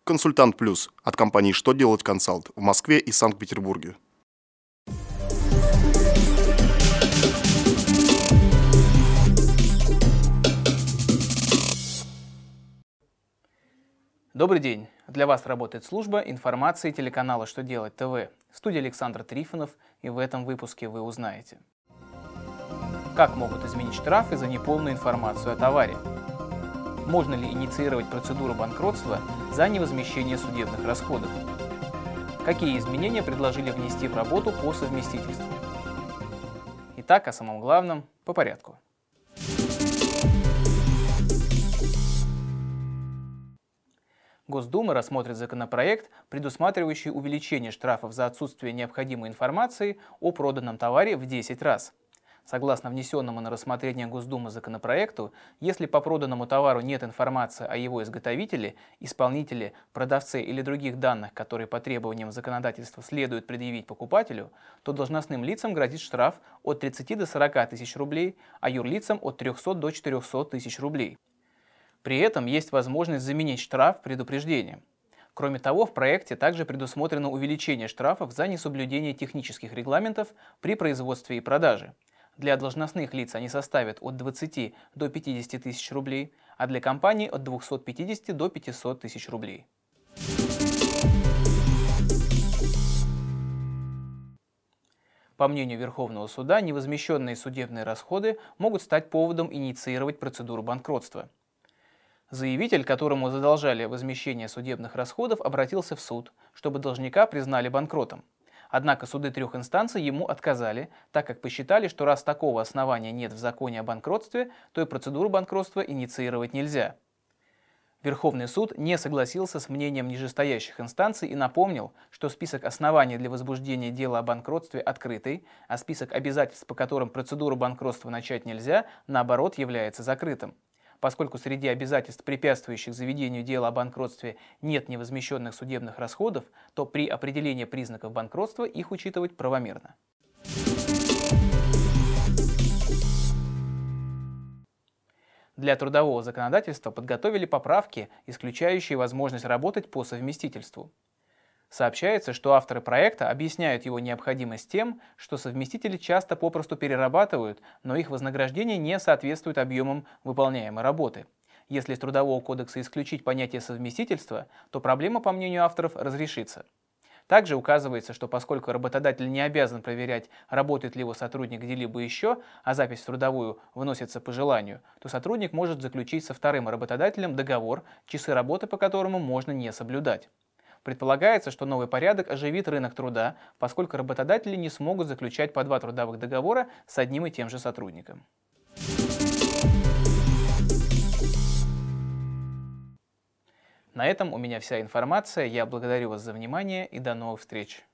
Консультант Плюс от компании «Что делать консалт» в Москве и Санкт-Петербурге. Добрый день! Для вас работает служба информации телеканала «Что делать ТВ». В студии Александр Трифонов, и в этом выпуске вы узнаете: как могут изменить штрафы за неполную информацию о товаре? Можно ли инициировать процедуру банкротства за невозмещение судебных расходов? Какие изменения предложили внести в работу по совместительству? Итак, о самом главном по порядку. Госдума рассмотрит законопроект, предусматривающий увеличение штрафов за отсутствие необходимой информации о проданном товаре в 10 раз. Согласно внесенному на рассмотрение Госдумы законопроекту, если по проданному товару нет информации о его изготовителе, исполнителе, продавце или других данных, которые по требованиям законодательства следует предъявить покупателю, то должностным лицам грозит штраф от 30 до 40 тысяч рублей, а юрлицам от 300 до 400 тысяч рублей. При этом есть возможность заменить штраф предупреждением. Кроме того, в проекте также предусмотрено увеличение штрафов за несоблюдение технических регламентов при производстве и продаже. Для должностных лиц они составят от 20 до 50 тысяч рублей, а для компаний от 250 до 500 тысяч рублей. По мнению Верховного суда, невозмещенные судебные расходы могут стать поводом инициировать процедуру банкротства. Заявитель, которому задолжали возмещение судебных расходов, обратился в суд, чтобы должника признали банкротом. Однако суды 3 инстанций ему отказали, так как посчитали, что раз такого основания нет в законе о банкротстве, то и процедуру банкротства инициировать нельзя. Верховный суд не согласился с мнением нижестоящих инстанций и напомнил, что список оснований для возбуждения дела о банкротстве открытый, а список обязательств, по которым процедуру банкротства начать нельзя, наоборот, является закрытым. Поскольку среди обязательств, препятствующих заведению дела о банкротстве, нет невозмещенных судебных расходов, то при определении признаков банкротства их учитывать правомерно. Для трудового законодательства подготовили поправки, исключающие возможность работать по совместительству. Сообщается, что авторы проекта объясняют его необходимость тем, что совместители часто попросту перерабатывают, но их вознаграждение не соответствует объемам выполняемой работы. Если из Трудового кодекса исключить понятие совместительства, то проблема, по мнению авторов, разрешится. Также указывается, что поскольку работодатель не обязан проверять, работает ли его сотрудник где-либо еще, а запись в трудовую вносится по желанию, то сотрудник может заключить со вторым работодателем договор, часы работы по которому можно не соблюдать. Предполагается, что новый порядок оживит рынок труда, поскольку работодатели не смогут заключать по 2 трудовых договора с одним и тем же сотрудником. На этом у меня вся информация. Я благодарю вас за внимание и до новых встреч.